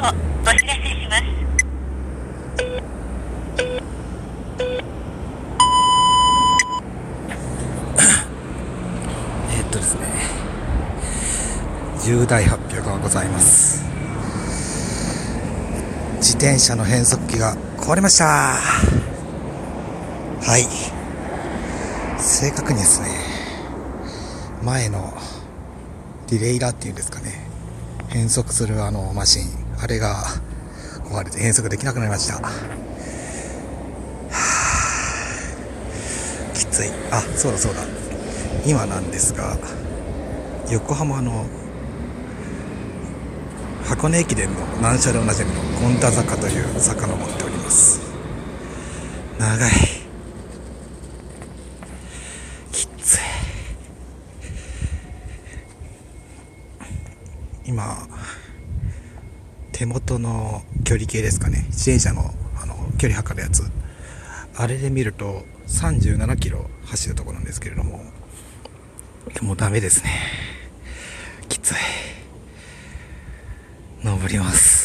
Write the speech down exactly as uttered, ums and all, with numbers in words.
お知らせします。 えーっとですね重大発表がございます。自転車の変速機が壊れました。はい、正確にですね、前のディレイラーっていうんですかね、変速するあのマシン、あれが壊れて変速できなくなりました。はあ、きつい。あ、そうだそうだ、今なんですが、横浜の箱根駅伝の難所でおなじみの権田坂という坂登っております。長い、きつい。今手元の距離計ですかね、自転車のあの距離測るやつ、あれで見るとさんじゅうななキロ走るところなんですけれども、もうダメですね。きつい。登ります。